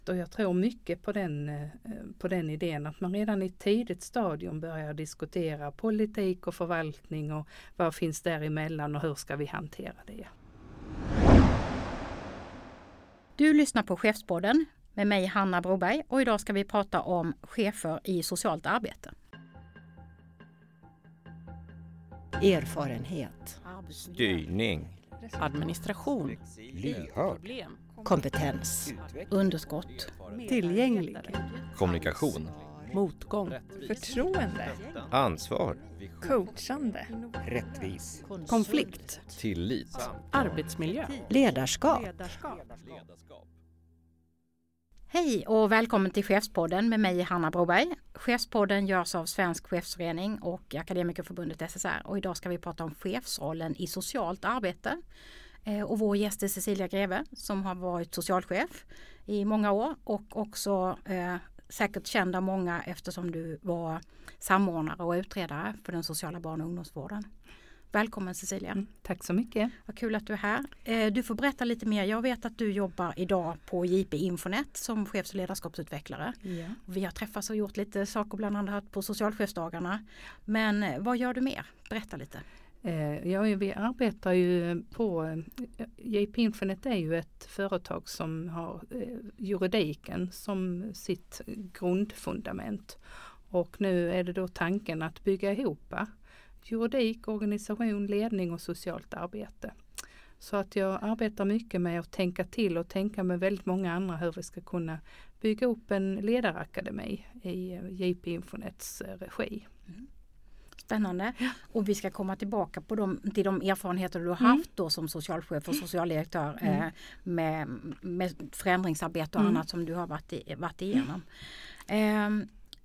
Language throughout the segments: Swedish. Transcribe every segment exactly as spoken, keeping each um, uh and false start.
Och jag tror mycket på den, på den idén att man redan i ett tidigt stadium börjar diskutera politik och förvaltning och vad finns däremellan och hur ska vi hantera det. Du lyssnar på Chefspodden med mig Hanna Broberg och idag ska vi prata om chefer i socialt arbete. Erfarenhet, styrning, administration, lyhörd, kompetens, underskott, tillgänglig, kommunikation, motgång, förtroende, ansvar, coachande, rättvis, konflikt, tillit. arbetsmiljö. ledarskap. Hej och välkommen till Chefspodden med mig Hanna Broberg. Chefspodden görs av Svensk chefsförening och Akademikerförbundet S S R och idag ska vi prata om chefsrollen i socialt arbete. Och vår gäst är Cecilia Greve som har varit socialchef i många år och också eh, säkert känd av många eftersom du var samordnare och utredare för den sociala barn- och ungdomsvården. Välkommen Cecilia. Mm, tack så mycket. Vad kul att du är här. Eh, du får berätta lite mer. Jag vet att du jobbar idag på J P Infonet som chefs- och ledarskapsutvecklare. Ja. Vi har träffats och gjort lite saker bland annat på socialchefsdagarna. Men eh, vad gör du mer? Berätta lite. Eh, ja, vi arbetar ju på, eh, J P Infonet är ju ett företag som har eh, juridiken som sitt grundfundament. Och nu är det då tanken att bygga ihop juridik, organisation, ledning och socialt arbete. Så att jag arbetar mycket med att tänka till och tänka med väldigt många andra hur vi ska kunna bygga upp en ledarakademi i J P Infonets regi. Mm. Spännande. Och vi ska komma tillbaka på de, till de erfarenheter du har Mm. haft då som socialchef och socialdirektör Mm. eh, med, med förändringsarbete och Mm. annat som du har varit, i, varit igenom. Eh,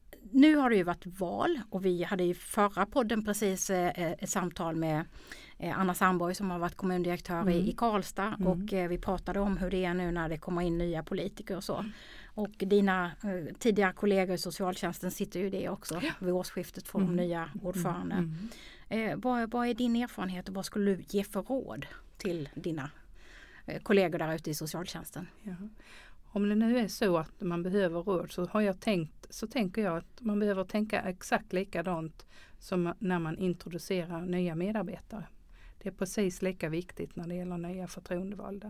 Nu har det ju varit val och vi hade i förra podden precis eh, ett samtal med eh, Anna Sandborg som har varit kommundirektör Mm. i, i Karlstad Mm. och eh, vi pratade om hur det är nu när det kommer in nya politiker och så. Och dina eh, tidigare kollegor i socialtjänsten sitter ju i det också. Ja. Vid årsskiftet får Mm. de nya ordförande. Mm. Eh, vad, vad är din erfarenhet och vad skulle du ge för råd till dina eh, kollegor där ute i socialtjänsten? Ja. Om det nu är så att man behöver råd så har jag tänkt, så tänker jag att man behöver tänka exakt likadant som när man introducerar nya medarbetare. Det är precis lika viktigt när det gäller nya förtroendevalda.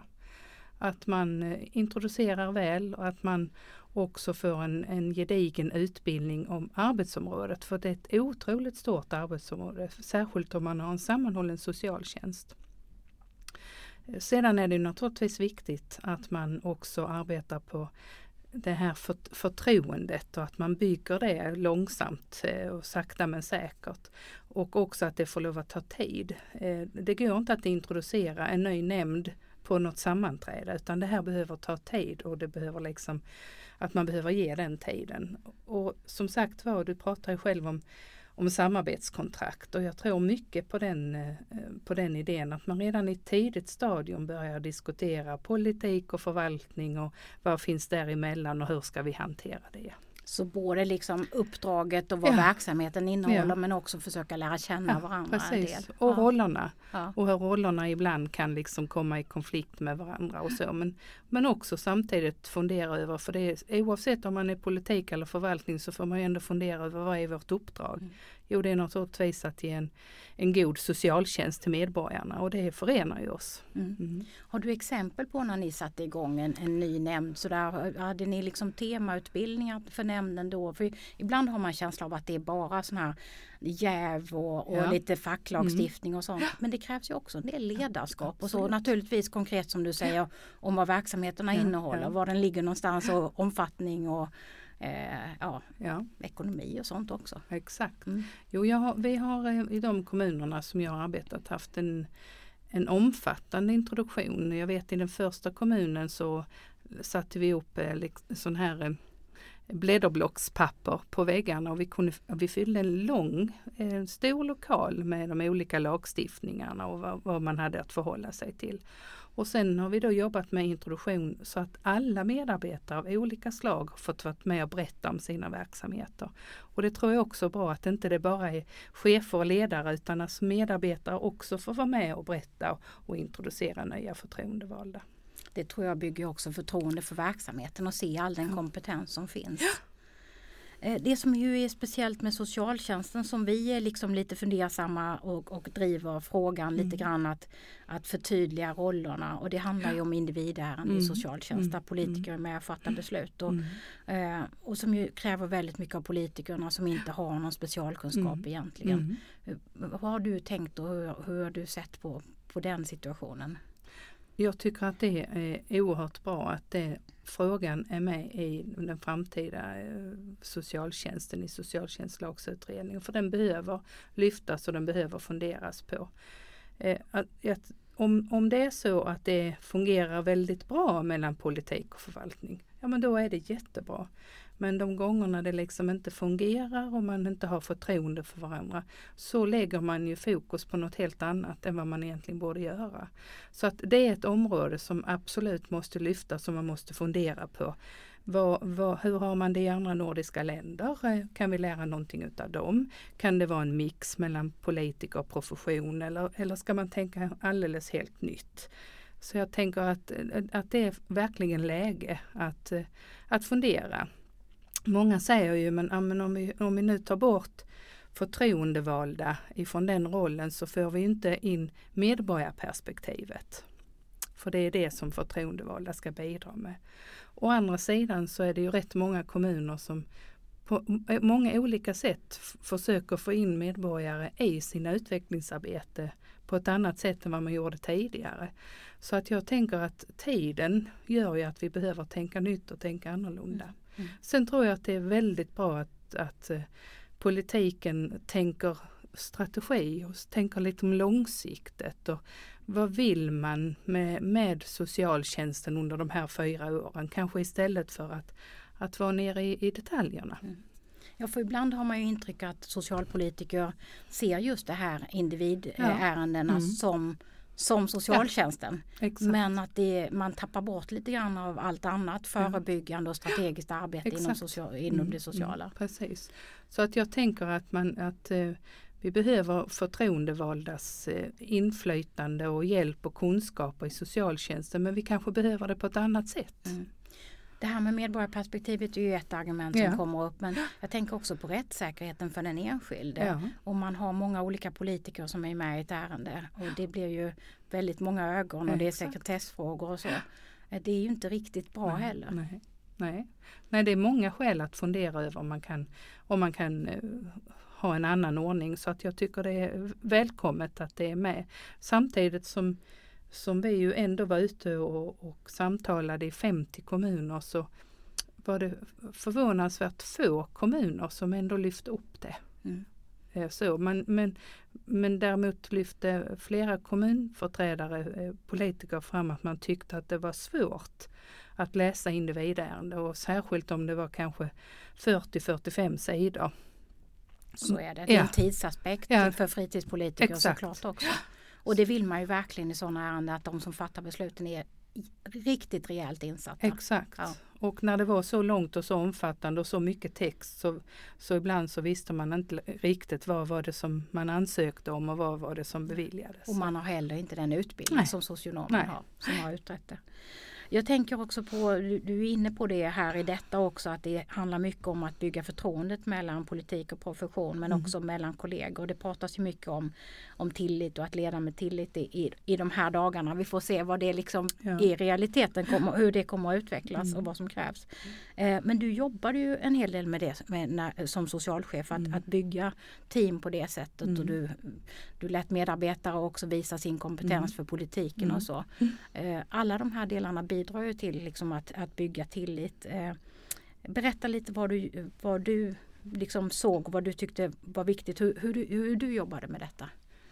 Att man eh, introducerar väl och att man också får en, en gedigen utbildning om arbetsområdet. För det är ett otroligt stort arbetsområde, särskilt om man har en sammanhållen socialtjänst. Sedan är det naturligtvis viktigt att man också arbetar på det här för, förtroendet och att man bygger det långsamt och sakta men säkert. Och också att det får lov att ta tid. Det går inte att introducera en ny nämnd på något sammanträde utan det här behöver ta tid och det behöver liksom att man behöver ge den tiden. Och som sagt var, du pratar ju själv om om samarbetskontrakt och jag tror mycket på den, på den idén att man redan i ett tidigt stadium börjar diskutera politik och förvaltning och vad finns däremellan och hur ska vi hantera det. Så både liksom uppdraget och vad Ja. verksamheten innehåller Ja. men också försöka lära känna Ja, varandra precis. en del. Och Ja. rollerna. Ja. Och hur rollerna ibland kan liksom komma i konflikt med varandra och så. Men, men också samtidigt fundera över, för det är, oavsett om man är politik eller förvaltning så får man ju ändå fundera över vad är vårt uppdrag. Mm. Jo, det är naturligtvis att ge en, en god socialtjänst till medborgarna och det förenar ju oss. Mm. Mm. Har du exempel på när ni satte igång en, en ny nämnd? Så där, hade ni liksom temautbildningar för nämnden då? För ibland har man känsla av att det är bara sån här jäv och, och Ja. lite facklagstiftning och sånt. Men det krävs ju också en del ledarskap och så naturligtvis konkret som du säger om vad verksamheterna Ja, innehåller, ja. var den ligger någonstans och omfattning och eh, ja, Ja, ekonomi och sånt också. exakt. Mm. Jo, jag har, vi har eh, i de kommunerna som jag har arbetat haft en, en omfattande introduktion. Jag vet i den första kommunen så satte vi upp eh, liksom, sån här eh, blädderblockspapper på väggarna och vi, kunde, vi fyllde en lång, eh, stor lokal med de olika lagstiftningarna och vad, vad man hade att förhålla sig till. Och sen har vi då jobbat med introduktion så att alla medarbetare av olika slag har fått vara med och berätta om sina verksamheter. Och det tror jag också är bra att inte det bara är chefer och ledare utan att medarbetare också får vara med och berätta och, och introducera nya förtroendevalda. Det tror jag bygger också förtroende för verksamheten och se all den kompetens som finns. Ja. Det som ju är speciellt med socialtjänsten som vi är liksom lite fundersamma och, och driver frågan mm. lite grann att, att förtydliga rollerna, och det handlar ju om individärende mm. i socialtjänst där politiker är med och fattar beslut och, mm. eh, och som ju kräver väldigt mycket av politikerna som inte har någon specialkunskap mm. egentligen. Mm. Vad har du tänkt och hur, hur har du sett på, på den situationen? Jag tycker att det är oerhört bra att det, frågan är med i den framtida eh, socialtjänsten i socialtjänstlagsutredningen. För den behöver lyftas och den behöver funderas på. Eh, att, att, om, om det är så att det fungerar väldigt bra mellan politik och förvaltning, ja men då är det jättebra. Men de gångerna det liksom inte fungerar och man inte har förtroende för varandra, så lägger man ju fokus på något helt annat än vad man egentligen borde göra. Så att det är ett område som absolut måste lyftas, som man måste fundera på. Vad, vad, hur har man det i andra nordiska länder? Kan vi lära någonting utav dem? Kan det vara en mix mellan politiker och profession, eller, eller ska man tänka alldeles helt nytt? Så jag tänker att, att det är verkligen läge att, att fundera. Många säger ju, men, ja, men om, vi, om vi nu tar bort förtroendevalda ifrån den rollen, så får vi inte in medborgarperspektivet. För det är det som förtroendevalda ska bidra med. Å andra sidan så är det ju rätt många kommuner som på många olika sätt f- försöker få in medborgare i sina utvecklingsarbete på ett annat sätt än vad man gjorde tidigare. Så att jag tänker att tiden gör ju att vi behöver tänka nytt och tänka annorlunda. Mm. Mm. Sen tror jag att det är väldigt bra att, att uh, politiken tänker strategi och tänker lite om långsiktigt. Och vad vill man med, med socialtjänsten under de här fyra åren? Kanske istället för att, att vara nere i, i detaljerna. Mm. Ja, för ibland har man ju intryck att socialpolitiker ser just det här individärendena ja. mm. som som socialtjänsten. Ja, men att det, man tappar bort lite grann av allt annat förebyggande och strategiskt arbete inom, social, inom mm, det sociala. Mm, precis. Så att jag tänker att, man, att eh, vi behöver förtroendevaldas eh, inflytande och hjälp och kunskaper i socialtjänsten, men vi kanske behöver det på ett annat sätt. Mm. Det här med medborgarperspektivet är ju ett argument som ja. kommer upp, men jag tänker också på rättssäkerheten för den enskilde. Ja. Och man har många olika politiker som är med i ett ärende och det blir ju väldigt många ögon och det är sekretessfrågor och så. Det är ju inte riktigt bra nej, heller. Nej. Nej. nej, det är många skäl att fundera över om man kan, om man kan uh, ha en annan ordning, så att jag tycker det är välkommet att det är med. Samtidigt som som vi ju ändå var ute och, och samtalade i femtio kommuner, så var det förvånansvärt få kommuner som ändå lyfte upp det. Mm. Så, men, men, men däremot lyfte flera kommunföreträdare, politiker fram att man tyckte att det var svårt att läsa individärende, och särskilt om det var kanske fyrtio till fyrtiofem sidor. Så är det. Det är ja. en tidsaspekt ja. för fritidspolitiker Exakt. såklart också. Och det vill man ju verkligen i sådana ärenden, att de som fattar besluten är riktigt rejält insatta. Exakt. Ja. Och när det var så långt och så omfattande och så mycket text, så, så ibland så visste man inte riktigt vad var det som man ansökte om och vad var det som beviljades. Och man har heller inte den utbildning Nej. som socionomen har, som har utrett det. Jag tänker också på, du är inne på det här i detta också, att det handlar mycket om att bygga förtroendet mellan politik och profession, men mm. också mellan kollegor. Och det pratas ju mycket om, om tillit och att leda med tillit i, i, i de här dagarna. Vi får se vad det liksom ja. i realiteten kommer, hur det kommer att utvecklas mm. och vad som krävs. Mm. Eh, men du jobbade ju en hel del med det med, när, som socialchef, att, mm. att bygga team på det sättet. Mm. Och du, du lät medarbetare också visa sin kompetens mm. för politiken mm. och så. Eh, alla de här delarna bidrar ju till liksom att, att bygga tillit. Eh, berätta lite vad du, vad du liksom såg och vad du tyckte var viktigt. Hur, hur, du, hur du jobbade med detta.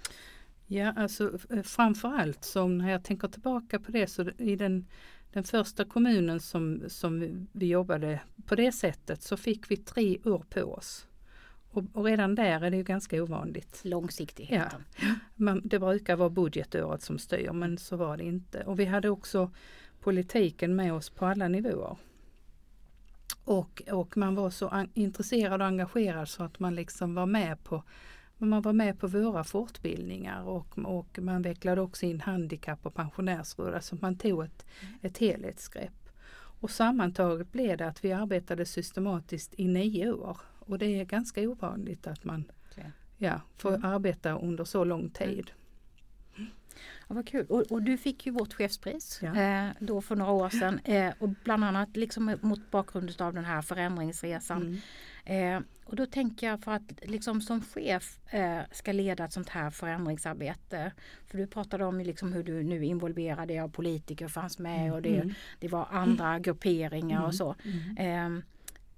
Ja, alltså framförallt så när jag tänker tillbaka på det, så i den, den första kommunen som, som vi jobbade på det sättet, så fick vi tre år på oss. Och, och redan där är det ju ganska ovanligt. Långsiktigheten. Ja. Man, det brukar vara budgetåret som styr, men så var det inte. Och vi hade också politiken med oss på alla nivåer. Och, och man var så an, intresserad och engagerad så att man liksom var med på Men man var med på våra fortbildningar och, och man vecklade också in handikapp och pensionärsråd. Alltså man tog ett, ett helhetsgrepp. Och sammantaget blev det att vi arbetade systematiskt i nio år. Och det är ganska ovanligt att man ja, får mm. arbeta under så lång tid. Ja, vad kul. Och, och du fick ju vårt chefspris ja. eh, då för några år sedan. Eh, och bland annat liksom mot bakgrund av den här förändringsresan. Mm. Eh, och då tänker jag för att liksom som chef eh, ska leda ett sånt här förändringsarbete. För du pratade om liksom hur du nu involverade av politiker fanns med mm. och det, mm. det var andra mm. grupperingar mm. och så. Mm. Eh,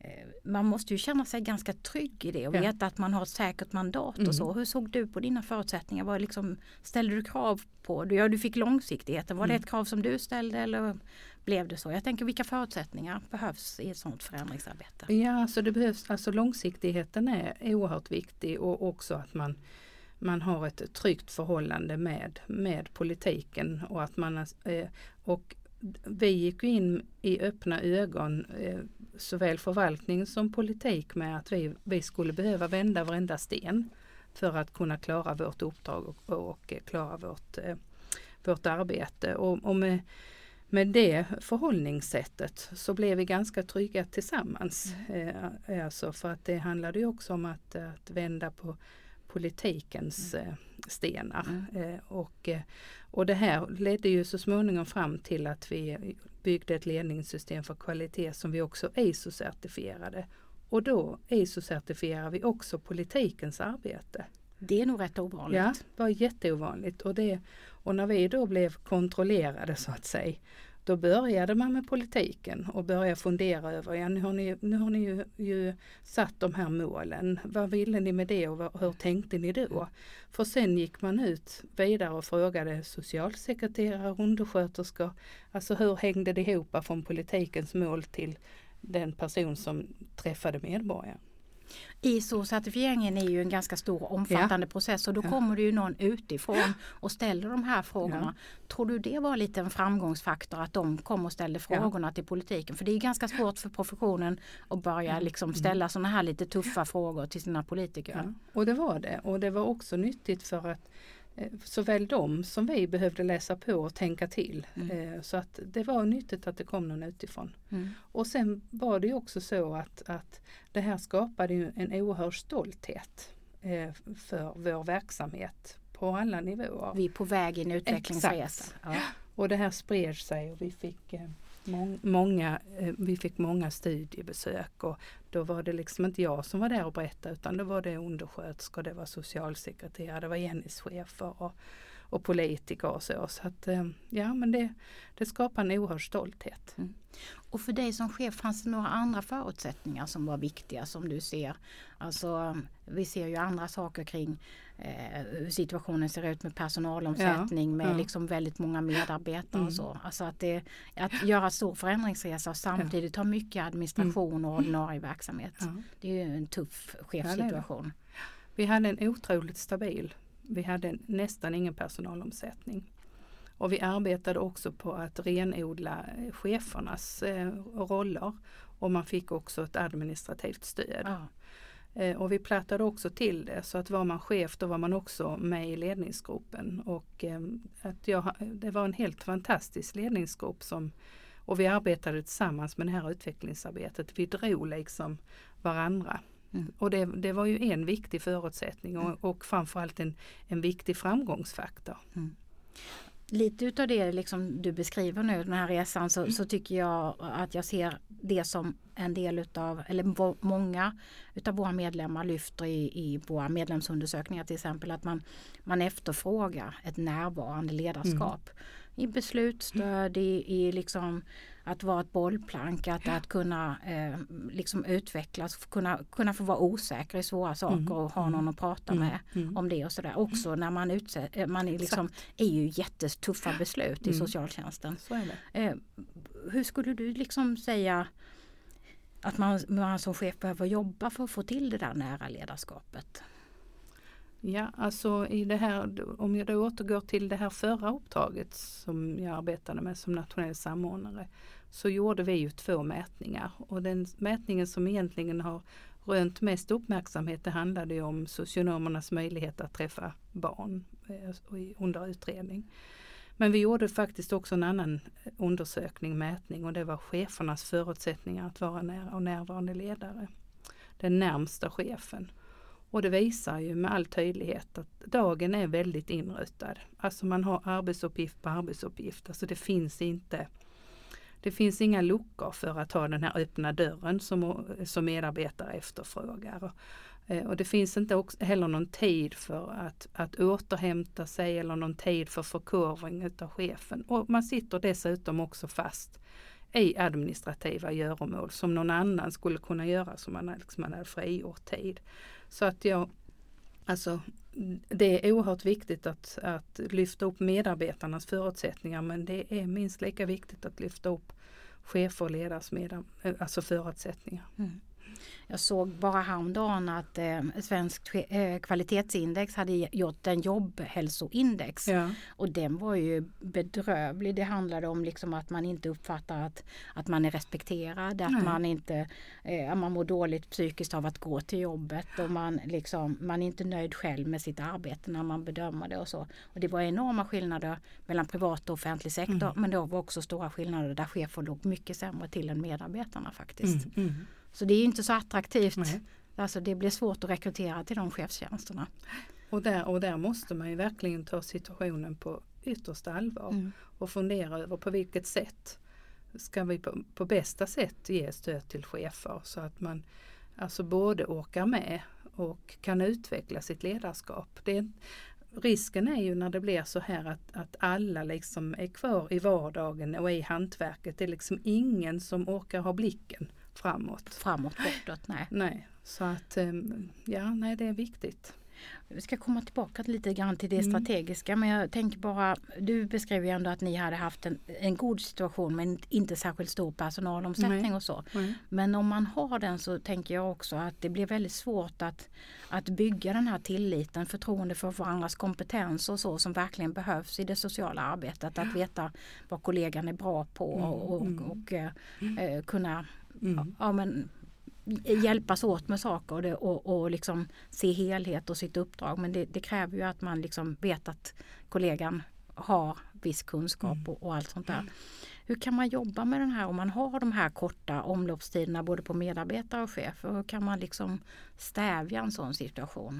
man måste ju känna sig ganska trygg i det och ja. veta att man har ett säkert mandat mm. och så. Hur såg du på dina förutsättningar? Vad liksom, ställde du krav på? Du, ja, du fick långsiktigheten. Var mm. det ett krav som du ställde eller blev det så? Jag tänker vilka förutsättningar behövs i ett sådant förändringsarbete? Ja, alltså det behövs, alltså långsiktigheten är oerhört viktig och också att man, man har ett tryggt förhållande med, med politiken och att man eh, och vi gick in i öppna ögon eh, såväl förvaltning som politik med att vi, vi skulle behöva vända varenda sten för att kunna klara vårt uppdrag och, och klara vårt, eh, vårt arbete. Och, och med, med det förhållningssättet så blev vi ganska trygga tillsammans. Mm. Eh, alltså för att det handlade ju också om att, att vända på politikens mm. eh, stenar. Mm. Eh, och, och det här ledde ju så småningom fram till att vi byggde ett ledningssystem för kvalitet som vi också I S O-certifierade. Och då I S O-certifierar vi också politikens arbete. Det är nog rätt ovanligt. Ja, det var jätteovanligt. Och, det, och när vi då blev kontrollerade så att säga, då började man med politiken och började fundera över, ja nu har ni, nu har ni ju, ju satt de här målen. Vad ville ni med det och vad, hur tänkte ni då? För sen gick man ut vidare och frågade socialsekreterare, undersköterskor, alltså hur hängde det ihop från politikens mål till den person som träffade medborgaren? I S O-certifieringen är ju en ganska stor och omfattande ja. process och då ja. kommer det ju någon utifrån och ställer de här frågorna. Ja. Tror du det var lite en framgångsfaktor att de kom och ställde frågorna ja. till politiken? För det är ganska svårt för professionen att börja mm. liksom ställa sådana här lite tuffa frågor till sina politiker. Ja. Och det var det. Och det var också nyttigt för att såväl de som vi behövde läsa på och tänka till. Mm. Så att det var nyttigt att det kom någon utifrån. Mm. Och sen var det ju också så att, att det här skapade ju en oerhörd stolthet för vår verksamhet på alla nivåer. Vi är på väg i en utvecklingsresa. Ja. Och det här spred sig och vi fick Mång, många, vi fick många studiebesök och då var det liksom inte jag som var där och berättade utan det var det undersköterskor, det var socialsekreterare, det var genuschefer och, och politiker och så. Så att ja, men det, det skapar en oerhörd stolthet. Mm. Och för dig som chef, fanns det några andra förutsättningar som var viktiga som du ser? Alltså vi ser ju andra saker kring eh, hur situationen ser ut med personalomsättning ja, med ja. liksom väldigt många medarbetare mm. och så. Alltså att, det, att göra stor förändringsresa och samtidigt ja. ha mycket administration och ordinarie verksamhet. Ja. Det är ju en tuff chefssituation. Ja, vi hade en otroligt stabil, vi hade nästan ingen personalomsättning. Och vi arbetade också på att renodla chefernas eh, roller och man fick också ett administrativt stöd. Ah. Eh, och vi plattade också till det så att var man chef då var man också med i ledningsgruppen. Och eh, att jag, det var en helt fantastisk ledningsgrupp som, och vi arbetade tillsammans med det här utvecklingsarbetet. Vi drog liksom varandra. Mm. Och det, det var ju en viktig förutsättning och, och framförallt en, en viktig framgångsfaktor. Mm. Lite utav det liksom du beskriver nu, den här resan, så, så tycker jag att jag ser det som en del utav, eller många utav våra medlemmar lyfter i, i våra medlemsundersökningar till exempel, att man, man efterfrågar ett närvarande ledarskap. Mm. I beslutsstöd, i, i liksom att vara ett bollplank, att, att kunna eh, liksom utvecklas, kunna, kunna få vara osäker i svåra saker mm. och ha någon att prata mm. med mm. om det och sådär. Också när man, utse- man är, liksom, är ju jättetuffa beslut mm. i socialtjänsten. Så är det. Eh, hur skulle du liksom säga att man, man som chef behöver jobba för att få till det där nära ledarskapet? Ja, alltså i det här, om jag då återgår till det här förra uppdraget som jag arbetade med som nationell samordnare, så gjorde vi ju två mätningar. Och den mätningen som egentligen har rönt mest uppmärksamhet det handlade ju om socionomernas möjlighet att träffa barn eh, under utredning. Men vi gjorde faktiskt också en annan undersökning, mätning, och det var chefernas förutsättningar att vara nära och närvarande ledare. Den närmsta chefen. Och det visar ju med all tydlighet att dagen är väldigt inrutad. Alltså man har arbetsuppgift på arbetsuppgift. Alltså det finns inte, det finns inga luckor för att ha den här öppna dörren som, som medarbetare efterfrågar. Och, och det finns inte också heller någon tid för att, att återhämta sig eller någon tid för förkurvring utav chefen. Och man sitter dessutom också fast i administrativa göromål som någon annan skulle kunna göra, som man, liksom man hade frigjort tid. Så att jag, alltså det är oerhört viktigt att, att lyfta upp medarbetarnas förutsättningar, men det är minst lika viktigt att lyfta upp chefer och ledares medar, alltså förutsättningar. Mm. Jag såg bara häromdagen att eh, Svensk eh, kvalitetsindex hade gjort en jobbhälsoindex. Ja. Och den var ju bedrövlig. Det handlade om liksom att man inte uppfattar att, att man är respekterad. Att man inte eh, man mår dåligt psykiskt av att gå till jobbet. Och man, liksom, man är inte nöjd själv med sitt arbete när man bedömer det och så. Och det var enorma skillnader mellan privat och offentlig sektor. Mm. Men det var också stora skillnader där chefer låg mycket sämre till än medarbetarna faktiskt. Mm. Mm. Så det är ju inte så attraktivt. Nej. Alltså det blir svårt att rekrytera till de chefstjänsterna. Och där, och där måste man ju verkligen ta situationen på yttersta allvar. Mm. Och fundera över på vilket sätt ska vi på, på bästa sätt ge stöd till chefer. Så att man alltså både orkar med och kan utveckla sitt ledarskap. Det, risken är ju när det blir så här att, att alla liksom är kvar i vardagen och i hantverket. Det är liksom ingen som orkar ha blicken framåt. Framåt, bortåt, nej. Nej, så att ja, nej, det är viktigt. Vi ska komma tillbaka lite grann till det mm. strategiska, men jag tänker bara, du beskrev ju ändå att ni hade haft en, en god situation men inte särskilt stor personalomsättning Nej. och så. Nej. Men om man har den så tänker jag också att det blir väldigt svårt att, att bygga den här tilliten, förtroende för varandras kompetens och så som verkligen behövs i det sociala arbetet. Att veta vad kollegan är bra på och, och, och, och mm. eh, kunna mm. ja, men, hjälpas åt med saker och, det, och, och liksom se helhet och sitt uppdrag. Men det, det kräver ju att man liksom vet att kollegan har viss kunskap mm. och, och allt sånt där. Hur kan man jobba med den här om man har de här korta omloppstiderna både på medarbetare och chefer? Hur kan man liksom stävja en sån situation?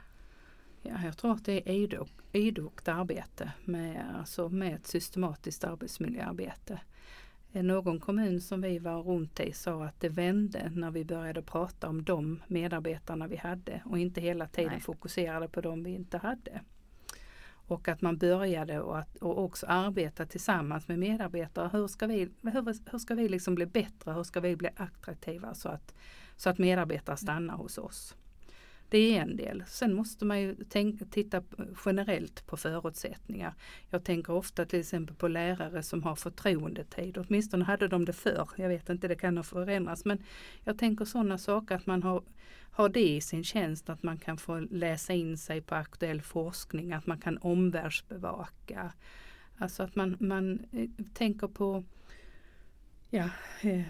Ja, jag tror att det är idogt, idogt arbete med, alltså med ett systematiskt arbetsmiljöarbete. Någon kommun som vi var runt i sa att det vände när vi började prata om de medarbetarna vi hade och inte hela tiden Nej. fokuserade på de vi inte hade. Och att man började och, att, och också arbeta tillsammans med medarbetare. Hur ska vi, hur, hur ska vi liksom bli bättre? Hur ska vi bli attraktiva så att, så att medarbetare stannar hos oss? Det är en del. Sen måste man ju tänka, titta generellt på förutsättningar. Jag tänker ofta till exempel på lärare som har förtroendetid. Åtminstone hade de det förr. Jag vet inte, det kan ha förändrats. Men jag tänker sådana saker att man har, har det i sin tjänst. Att man kan få läsa in sig på aktuell forskning. Att man kan omvärldsbevaka. Alltså att man, man eh, tänker på ja, eh,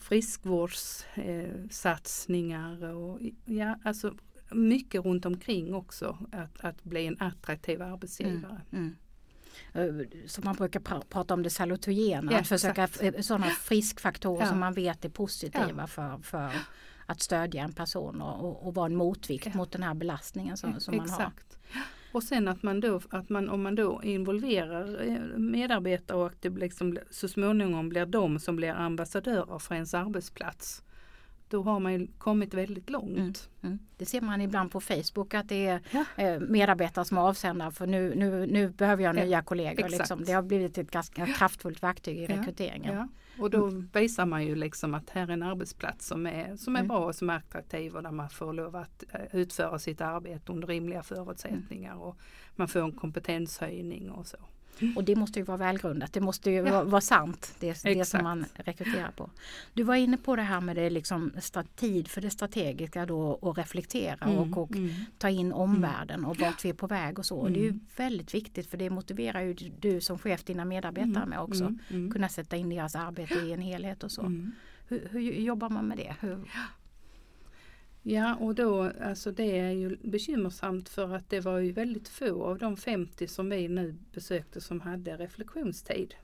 friskvårdssatsningar. Eh, och, ja, alltså mycket runt omkring också att, att bli en attraktiv arbetsgivare. Mm, mm. Så man brukar pr- prata om det salutogena, ja, att försöka f- sådana friskfaktorer ja. som man vet är positiva ja. för, för att stödja en person och, och, och vara en motvikt ja. mot den här belastningen som, som man Exakt. har. Och sen att man då, att man, om man då involverar medarbetare och att det liksom så småningom blir de som blir ambassadörer för ens arbetsplats. Då har man ju kommit väldigt långt. Mm, mm. Det ser man ibland på Facebook att det är ja. eh, medarbetare som är avsändare för nu, nu, nu behöver jag nya ja, kollegor. Liksom. Det har blivit ett ganska kraftfullt verktyg i ja, rekryteringen. Ja. Och då mm. visar man ju liksom att här är en arbetsplats som är, som är mm. bra och som är attraktiv och där man får lov att utföra sitt arbete under rimliga förutsättningar mm. och man får en kompetenshöjning och så. Mm. Och det måste ju vara välgrundat. Det måste ju ja. vara, vara sant. Det, det som man rekryterar på. Du var inne på det här med det liksom tid för det strategiska då och reflektera mm. och, och mm. ta in omvärlden och vart vi är på väg och så. Mm. Och det är ju väldigt viktigt för det motiverar ju du som chef dina medarbetare mm. med också. Mm. Mm. Kunna sätta in deras arbete i en helhet och så. Mm. Hur, hur jobbar man med det? Hur? Ja, och då, alltså det är ju bekymmersamt för att det var ju väldigt få av de femtio som vi nu besökte som hade reflektionstid.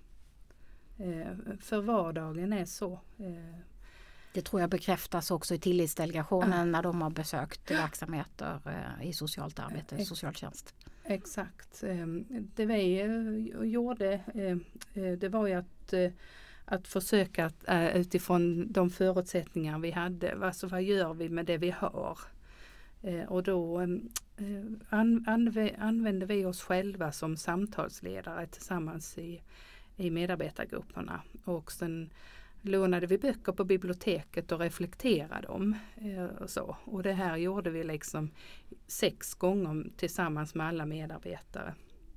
Eh, för vardagen är så. Eh, Det tror jag bekräftas också i tillitsdelegationen ja. när de har besökt verksamheter eh, i socialt arbete, Ex- socialtjänst. Exakt. Eh, det vi eh, gjorde eh, det var ju att eh, Att försöka att, äh, utifrån de förutsättningar vi hade, alltså vad gör vi med det vi har? Eh, och då eh, an, anv- använde vi oss själva som samtalsledare tillsammans i, i medarbetargrupperna. Och sen lånade vi böcker på biblioteket och reflekterade dem. Eh, och, så. Och det här gjorde vi liksom sex gånger tillsammans med alla medarbetare.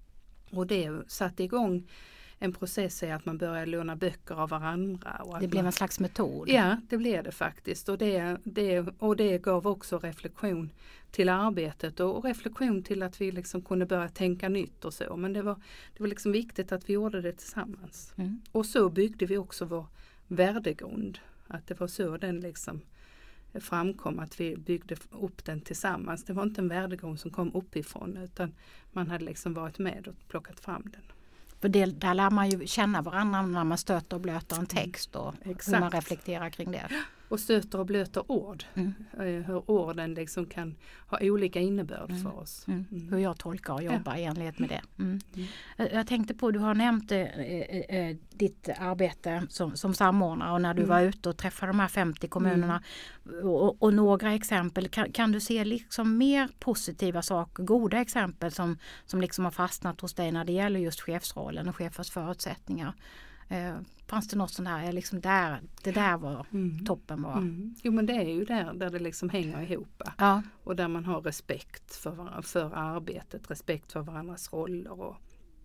Och det satte igång en process är att man börjar låna böcker av varandra. Och att det blev man, en slags metod. Ja, det blev det faktiskt. Och det, det, och det gav också reflektion till arbetet och reflektion till att vi liksom kunde börja tänka nytt och så. Men det var, det var liksom viktigt att vi gjorde det tillsammans. Mm. Och så byggde vi också vår värdegrund. Att det var så den liksom framkom, att vi byggde upp den tillsammans. Det var inte en värdegrund som kom uppifrån, utan man hade liksom varit med och plockat fram den. För det, där lär man ju känna varandra när man stöter och blöter en text och Exakt. hur man reflekterar kring det. Och stöter och blöter ord. Mm. Hur orden liksom kan ha olika innebörd mm. för oss. Mm. Mm. Hur jag tolkar och jobbar ja. i enlighet med det. Mm. Mm. Jag tänkte på, du har nämnt eh, eh, ditt arbete som, som samordnare och när du mm. var ute och träffade de här femtio kommunerna mm. och, och några exempel. Kan, kan du se liksom mer positiva saker, goda exempel som, som liksom har fastnat hos dig när det gäller just chefsrollen och chefers förutsättningar? Eh, fanns det något sånt här, liksom där, det där var mm. toppen var? Mm. Jo, men det är ju där, där det liksom hänger ihop. Ja. Och där man har respekt för, för arbetet, respekt för varandras roller och,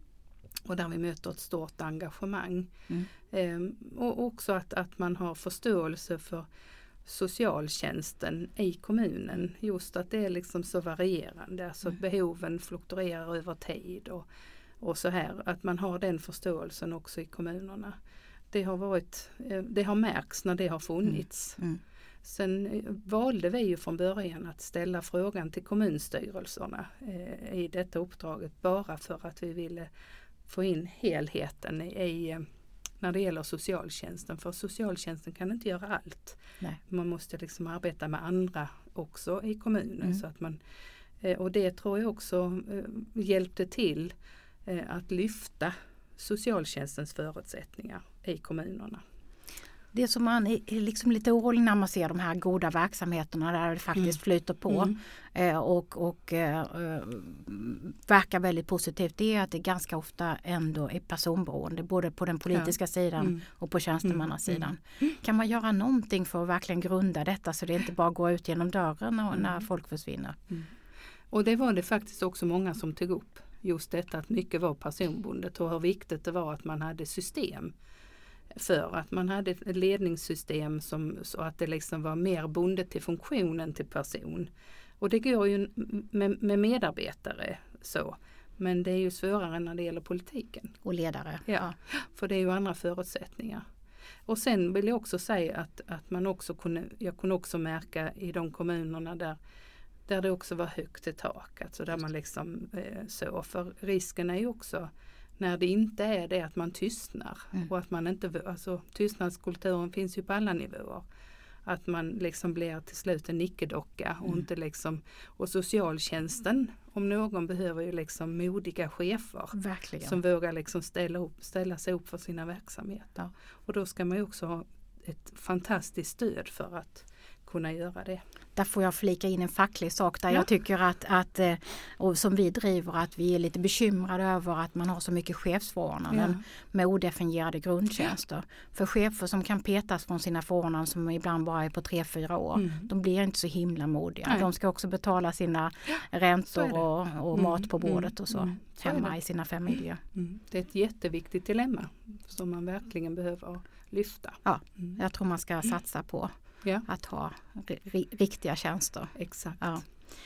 och där vi möter ett stort engagemang. Mm. Eh, och också att, att man har förståelse för socialtjänsten i kommunen. Just att det är liksom så varierande, alltså mm. behoven fluktuerar över tid och Och så här, att man har den förståelsen också i kommunerna. Det har varit, det har märkts när det har funnits. Mm. Mm. Sen valde vi ju från början att ställa frågan till kommunstyrelserna eh, i detta uppdraget bara för att vi ville få in helheten i, i när det gäller socialtjänsten. För socialtjänsten kan inte göra allt. Nej. Man måste liksom arbeta med andra också i kommunen. Mm. Så att man, eh, och det tror jag också eh, hjälpte till att lyfta socialtjänstens förutsättningar i kommunerna. Det som man är liksom lite orolig när man ser de här goda verksamheterna där det faktiskt mm. flyter på mm. eh, och, och eh, verkar väldigt positivt, det är att det ganska ofta ändå är personberoende både på den politiska ja. sidan mm. och på tjänstemannasidan. Mm. Kan man göra någonting för att verkligen grunda detta så det inte bara går ut genom dörren och, mm. när folk försvinner? Mm. Och det var det faktiskt också många som tog upp. Just detta att mycket var personbundet och hur viktigt det var att man hade system för att man hade ett ledningssystem som, så att det liksom var mer bundet till funktionen till person. Och det går ju med, med medarbetare så, men det är ju svårare när det gäller politiken. Och ledare. Ja, för det är ju andra förutsättningar. Och sen vill jag också säga att, att man också kunde, jag kunde också märka i de kommunerna där Där det också var högt i tak. Alltså där man liksom eh, så. För risken är ju också när det inte är det att man tystnar. Mm. Och att man inte, alltså tystnadskulturen finns ju på alla nivåer. Att man liksom blir till slut en nickedocka. Och, mm. inte liksom, och socialtjänsten om någon behöver ju liksom modiga chefer. Verkligen. Som vågar liksom ställa, upp, ställa sig upp för sina verksamheter. Ja. Och då ska man ju också ha ett fantastiskt stöd för att kunna göra det. Där får jag flika in en facklig sak där ja. jag tycker att, att och som vi driver, att vi är lite bekymrade över att man har så mycket chefsförordnanden ja. med odefinierade grundtjänster. Ja. För chefer som kan petas från sina förordnanden som ibland bara är på tre, fyra år, mm. de blir inte så himla modiga. Nej. De ska också betala sina ja. räntor och, och mm. mat på bordet mm. och så, mm. så hemma i sina familjer. Mm. Det är ett jätteviktigt dilemma som man verkligen behöver lyfta. Ja, mm. jag tror man ska satsa på. Ja. Att ha r- riktiga tjänster. Exakt. Ja.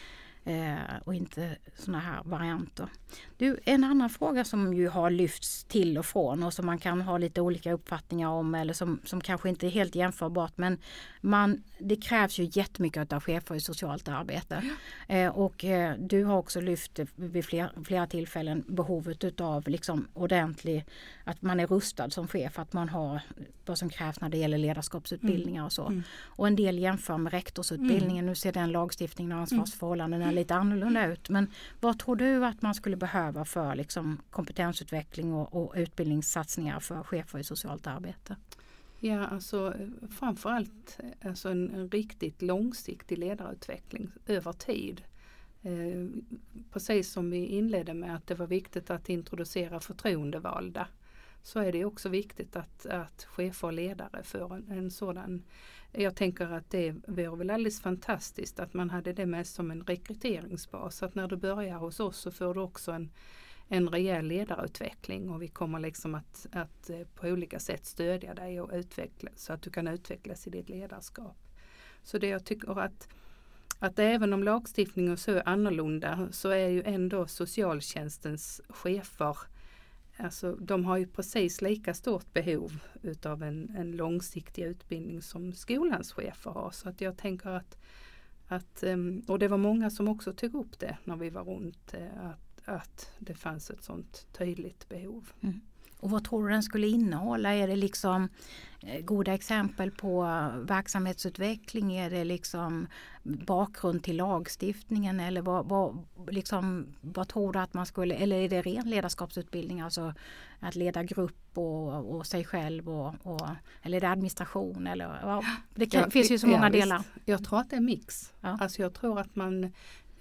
Eh, och inte såna här varianter. Du, en annan fråga som ju har lyfts till och från och som man kan ha lite olika uppfattningar om eller som, som kanske inte är helt jämförbart, men man, det krävs ju jättemycket av chefer i socialt arbete. Ja. Eh, och eh, du har också lyft vid flera, flera tillfällen behovet utav liksom ordentlig, att man är rustad som chef, att man har vad som krävs när det gäller ledarskapsutbildningar mm. och så. Mm. Och en del jämför med rektorsutbildningen. Mm. Nu ser den lagstiftningen och ansvarsförhållandena mm. lite annorlunda ut. Men vad tror du att man skulle behöva för liksom, kompetensutveckling och, och utbildningssatsningar för chefer i socialt arbete? Ja, alltså framförallt alltså en, en riktigt långsiktig ledarutveckling över tid. Eh, precis som vi inledde med att det var viktigt att introducera förtroendevalda, så är det också viktigt att, att chefer och ledare får en, en sådan. Jag tänker att det vore väl alldeles fantastiskt att man hade det med som en rekryteringsbas. Att när du börjar hos oss så får du också en, en rejäl ledarutveckling, och vi kommer liksom att, att på olika sätt stödja dig och utveckla så att du kan utvecklas i ditt ledarskap. Så det jag tycker att Att även om lagstiftningen så är annorlunda, så är ju ändå socialtjänstens chefer, alltså de har ju precis lika stort behov utav en, en långsiktig utbildning som skolans chefer har. Så att jag tänker att, att och det var många som också tog upp det när vi var runt, att, att det fanns ett sånt tydligt behov. Mm. Och vad tror du den skulle innehålla? Är det liksom goda exempel på verksamhetsutveckling? Är det liksom bakgrund till lagstiftningen? Eller vad, vad, liksom, vad tror du att man skulle... Eller är det ren ledarskapsutbildning? Alltså att leda grupp och, och sig själv? Och, och, eller är det administration? Eller, ja, det kan, ja, finns ju så många ja, delar. Visst. Jag tror att det är mix. Ja. Alltså jag tror att man...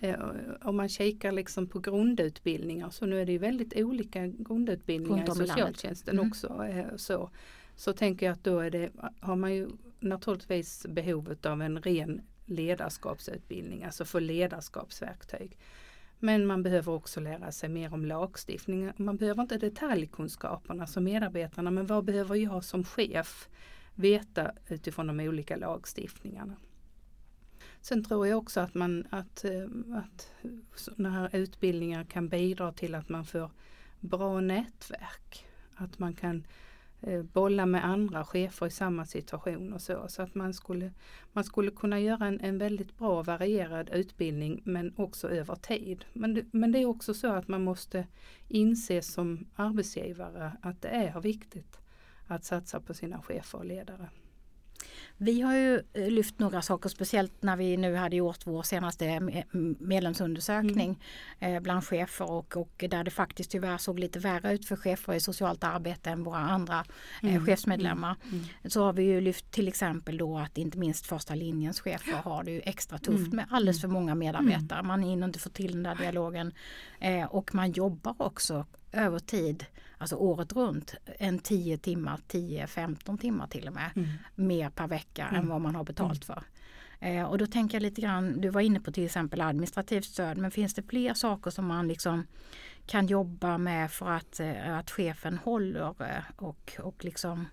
Om man kikar liksom på grundutbildningar, så nu är det ju väldigt olika grundutbildningar i socialtjänsten mm. också. Så, så tänker jag att då är det, har man ju naturligtvis behovet av en ren ledarskapsutbildning, alltså för ledarskapsverktyg. Men man behöver också lära sig mer om lagstiftning. Man behöver inte detaljkunskaperna som medarbetarna, men vad behöver jag som chef veta utifrån de olika lagstiftningarna? Sen tror jag också att, man, att, att sådana här utbildningar kan bidra till att man får bra nätverk. Att man kan eh, bolla med andra chefer i samma situation och så. Så att man skulle, man skulle kunna göra en, en väldigt bra varierad utbildning, men också över tid. Men det, men det är också så att man måste inse som arbetsgivare att det är viktigt att satsa på sina chefer och ledare. Vi har ju lyft några saker, speciellt när vi nu hade gjort vår senaste medlemsundersökning mm. bland chefer och, och där det faktiskt tyvärr såg lite värre ut för chefer i socialt arbete än våra andra mm. eh, chefsmedlemmar. Mm. Mm. Så har vi ju lyft till exempel då att inte minst första linjens chefer har det ju extra tufft mm. med alldeles för många medarbetare. Mm. Man hinner inte få till den där dialogen eh, och man jobbar också över tid, alltså året runt, en tio timmar, tio femton timmar till och med, mm. mer per vecka mm. än vad man har betalt för. Eh, och då tänker jag lite grann, du var inne på till exempel administrativt stöd, men finns det fler saker som man liksom kan jobba med för att, eh, att chefen håller eh, och, och liksom,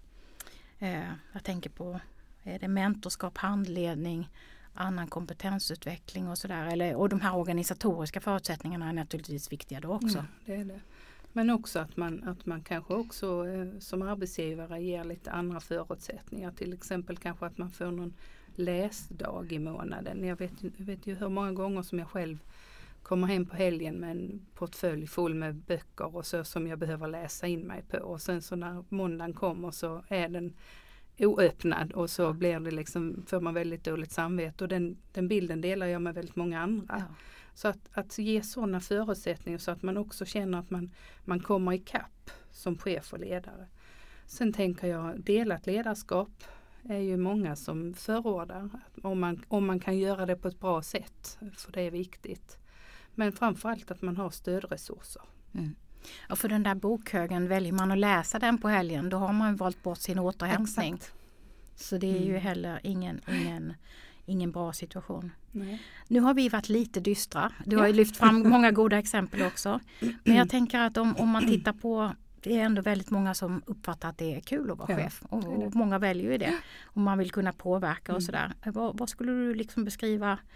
eh, jag tänker på, är det mentorskap, handledning, annan kompetensutveckling och sådär, eller, och de här organisatoriska förutsättningarna är naturligtvis viktiga då också. Mm, det är det. Men också att man, att man kanske också eh, som arbetsgivare ger lite andra förutsättningar. Till exempel kanske att man får någon läsdag i månaden. Jag vet, jag vet ju hur många gånger som jag själv kommer hem på helgen med en portfölj full med böcker och så som jag behöver läsa in mig på. Och sen så när måndagen kommer så är den oöppnad och så blir det liksom, får man väldigt dåligt samvete. Och den, den bilden delar jag med väldigt många andra. Ja. Så att, att ge sådana förutsättningar så att man också känner att man, man kommer i kapp som chef och ledare. Sen tänker jag, delat ledarskap är ju många som förordar. Om man, om man kan göra det på ett bra sätt, för det är viktigt. Men framförallt att man har stödresurser. Mm. Och för den där bokhögen, väljer man att läsa den på helgen, då har man valt bort sin återhämtning. Exakt. Så det är mm. ju heller ingen... ingen Ingen bra situation. Nej. Nu har vi varit lite dystra. Du har ju lyft fram många goda exempel också. Men jag tänker att om, om man tittar på, det är ändå väldigt många som uppfattar att det är kul att vara ja, chef. Och, och många väljer ju det. Och man vill kunna påverka och sådär. Vad, vad skulle du liksom beskriva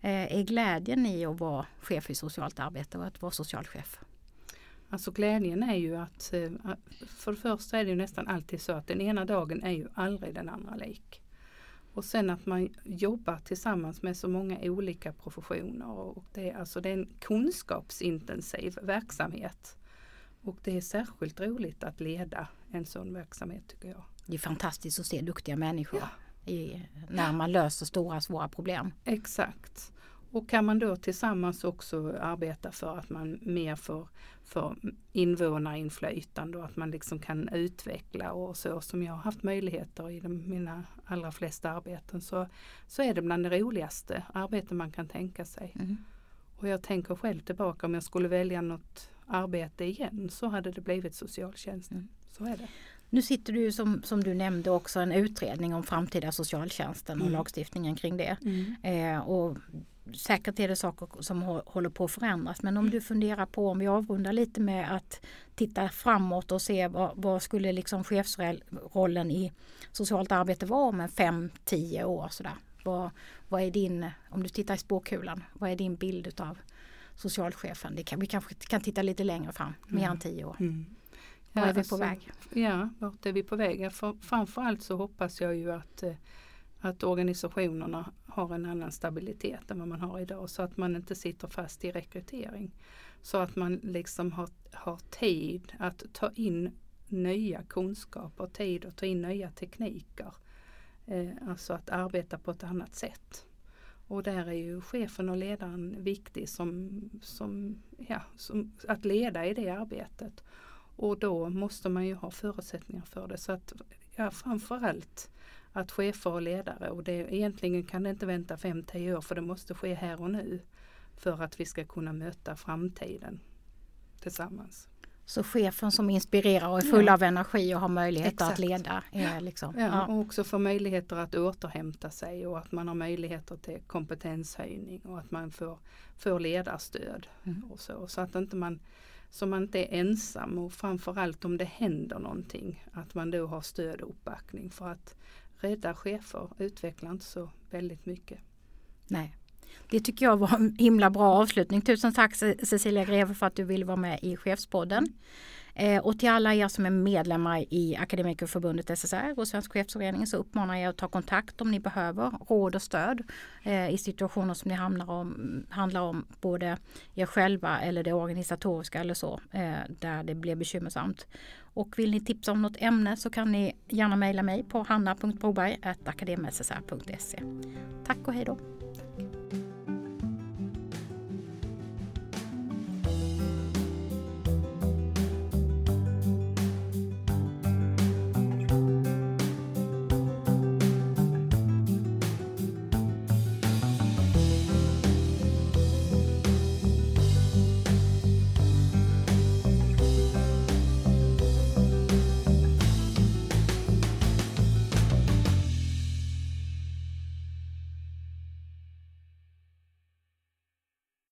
är glädjen i att vara chef i socialt arbete och att vara socialchef? Alltså glädjen är ju att för det första är det ju nästan alltid så att den ena dagen är ju aldrig den andra lik. Och sen att man jobbar tillsammans med så många olika professioner och det är, alltså det är en kunskapsintensiv verksamhet. Och det är särskilt roligt att leda en sån verksamhet tycker jag. Det är fantastiskt att se duktiga människor ja. i, när man löser stora svåra problem. Exakt. Och kan man då tillsammans också arbeta för att man mer får för invånarinflytande och att man liksom kan utveckla och så som jag har haft möjligheter i de, mina allra flesta arbeten så, så är det bland det roligaste arbete man kan tänka sig. Mm. Och jag tänker själv tillbaka om jag skulle välja något arbete igen så hade det blivit socialtjänsten. Mm. Så är det. Nu sitter du som, som du nämnde också en utredning om framtida socialtjänsten och mm. lagstiftningen kring det. Mm. Eh, och säkert är det saker som håller på att förändras. Men om du funderar på, om vi avrundar lite med att titta framåt och se vad, vad skulle liksom chefsrollen i socialt arbete vara om en fem, tio år sådär. Vad, vad är din, om du tittar i spåkulan, vad är din bild av socialchefen? Det kan, vi kanske kan titta lite längre fram, mm. mer än tio år. Mm. Var är vi alltså, på väg? Ja, vart är vi på väg? För, framförallt så hoppas jag ju att, att organisationerna har en annan stabilitet än vad man har idag. Så att man inte sitter fast i rekrytering. Så att man liksom har, har tid att ta in nya kunskaper, tid att ta in nya tekniker. Eh, alltså att arbeta på ett annat sätt. Och där är ju chefen och ledaren viktig som, som, ja, som att leda i det arbetet. Och då måste man ju ha förutsättningar för det. Så att ja, framförallt att chefer och ledare, och det egentligen kan det inte vänta fem till tio år för det måste ske här och nu för att vi ska kunna möta framtiden tillsammans. Så chefen som inspirerar och är full ja. av energi och har möjlighet Exakt. att leda. Är liksom, ja, ja. Och också få möjligheter att återhämta sig och att man har möjligheter till kompetenshöjning och att man får, får ledarstöd. Mm. Och så, så att inte man Så man inte är ensam och framförallt om det händer någonting att man då har stöd och uppbackning för att rädda chefer utvecklar inte så väldigt mycket. Nej, det tycker jag var en himla bra avslutning. Tusen tack Cecilia Greve för att du ville vara med i Chefspodden. Eh, och till alla er som är medlemmar i Akademikerförbundet S S R och Svensk chefsförening så uppmanar jag att ta kontakt om ni behöver råd och stöd eh, i situationer som ni hamnar om, handlar om både er själva eller det organisatoriska eller så eh, där det blir bekymmersamt. Och vill ni tipsa om något ämne så kan ni gärna mejla mig på hanna punkt broberg snabel-a akademi s s r punkt se. Tack och hej då!